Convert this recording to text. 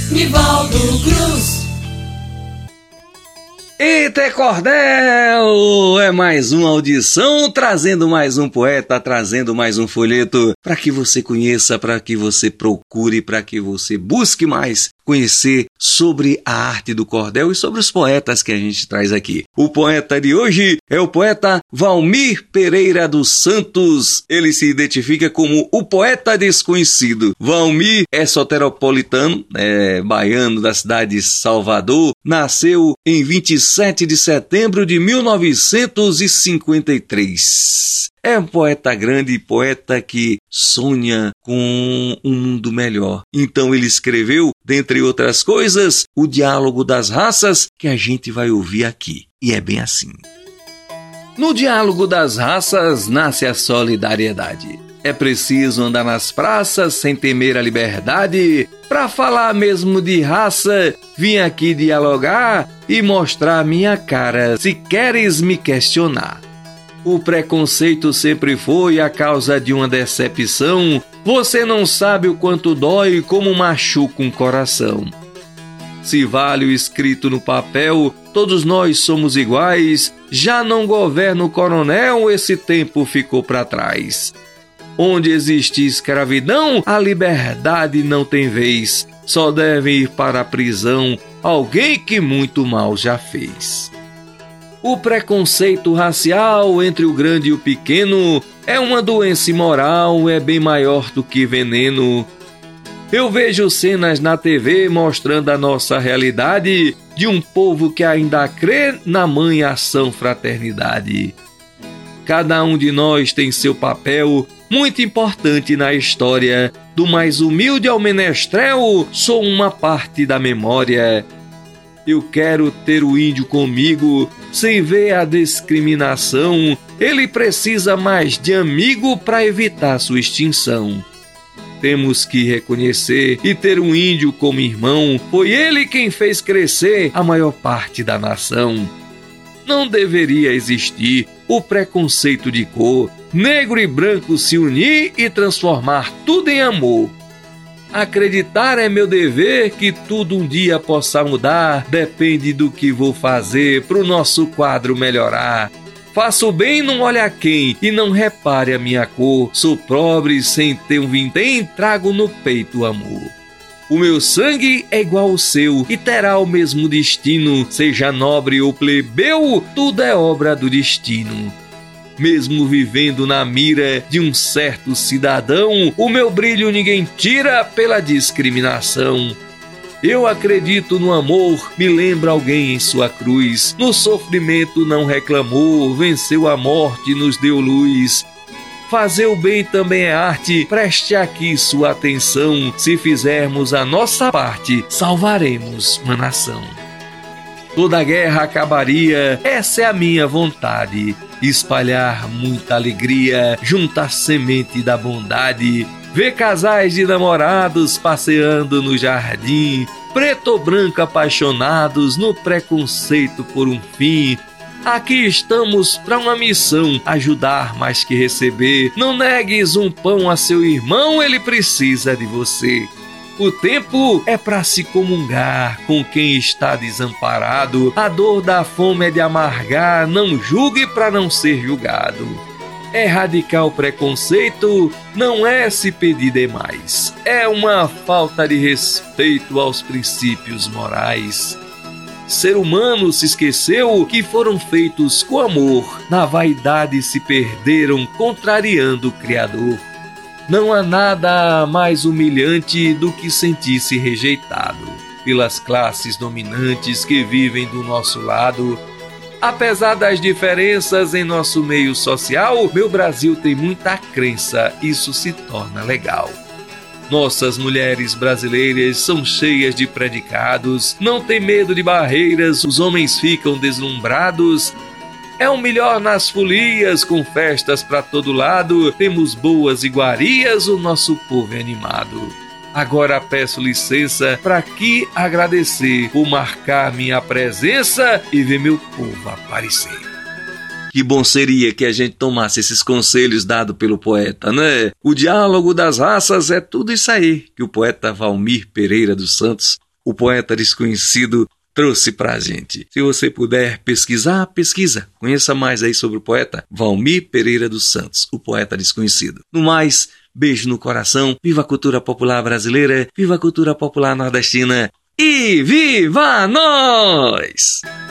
Nivaldo Cruz. Eita, Cordel! É mais uma audição, trazendo mais um poeta, trazendo mais um folheto, para que você conheça, para que você procure, para que você busque mais conhecer sobre a arte do cordel e sobre os poetas que a gente traz aqui. O poeta de hoje é o poeta Valmir Pereira dos Santos. Ele se identifica como o poeta desconhecido. Valmir é soteropolitano, baiano da cidade de Salvador. Nasceu em 27 de setembro de 1953. É um poeta grande, poeta que sonha com um mundo melhor. Então ele escreveu, dentre outras coisas, O Diálogo das Raças, que a gente vai ouvir aqui. E é bem assim. No Diálogo das Raças nasce a solidariedade. É preciso andar nas praças sem temer a liberdade. Pra falar mesmo de raça, vim aqui dialogar e mostrar minha cara, se queres me questionar. O preconceito sempre foi a causa de uma decepção. Você não sabe o quanto dói como machuca um coração. Se vale o escrito no papel, todos nós somos iguais. Já não governa o coronel, esse tempo ficou para trás. Onde existe escravidão, a liberdade não tem vez. Só deve ir para a prisão alguém que muito mal já fez. O preconceito racial entre o grande e o pequeno é uma doença imoral, é bem maior do que veneno. Eu vejo cenas na TV mostrando a nossa realidade de um povo que ainda crê na mãe ação fraternidade. Cada um de nós tem seu papel muito importante na história. Do mais humilde ao menestrel, sou uma parte da memória. Eu quero ter o índio comigo, sem ver a discriminação. Ele precisa mais de amigo para evitar sua extinção. Temos que reconhecer e ter um índio como irmão. Foi ele quem fez crescer a maior parte da nação. Não deveria existir o preconceito de cor. Negro e branco se unir e transformar tudo em amor. Acreditar é meu dever, que tudo um dia possa mudar. Depende do que vou fazer pro nosso quadro melhorar. Faço bem, não olhe a quem, e não repare a minha cor. Sou pobre, sem ter um vintém, trago no peito o amor. O meu sangue é igual ao seu e terá o mesmo destino. Seja nobre ou plebeu, tudo é obra do destino. Mesmo vivendo na mira de um certo cidadão, o meu brilho ninguém tira pela discriminação. Eu acredito no amor, me lembra alguém em sua cruz. No sofrimento não reclamou, venceu a morte, nos deu luz. Fazer o bem também é arte, preste aqui sua atenção. Se fizermos a nossa parte, salvaremos uma nação. Toda guerra acabaria, essa é a minha vontade. Espalhar muita alegria, juntar semente da bondade. Ver casais de namorados passeando no jardim. Preto ou branco apaixonados no preconceito por um fim. Aqui estamos para uma missão, ajudar mais que receber. Não negues um pão a seu irmão, ele precisa de você. O tempo é para se comungar com quem está desamparado. A dor da fome é de amargar, não julgue para não ser julgado. Erradicar o preconceito não é se pedir demais. É uma falta de respeito aos princípios morais. Ser humano se esqueceu que foram feitos com amor. Na vaidade se perderam, contrariando o Criador. Não há nada mais humilhante do que sentir-se rejeitado pelas classes dominantes que vivem do nosso lado. Apesar das diferenças em nosso meio social, meu Brasil tem muita crença, isso se torna legal. Nossas mulheres brasileiras são cheias de predicados, não tem medo de barreiras, os homens ficam deslumbrados. É o melhor nas folias, com festas pra todo lado, temos boas iguarias, o nosso povo é animado. Agora peço licença para aqui agradecer por marcar minha presença e ver meu povo aparecer. Que bom seria que a gente tomasse esses conselhos dados pelo poeta, né? O diálogo das raças é tudo isso aí que o poeta Valmir Pereira dos Santos, o poeta desconhecido trouxe pra gente. Se você puder pesquisar, pesquisa. Conheça mais aí sobre o poeta Valmir Pereira dos Santos, o poeta desconhecido. No mais, beijo no coração, viva a cultura popular brasileira, viva a cultura popular nordestina e viva nós!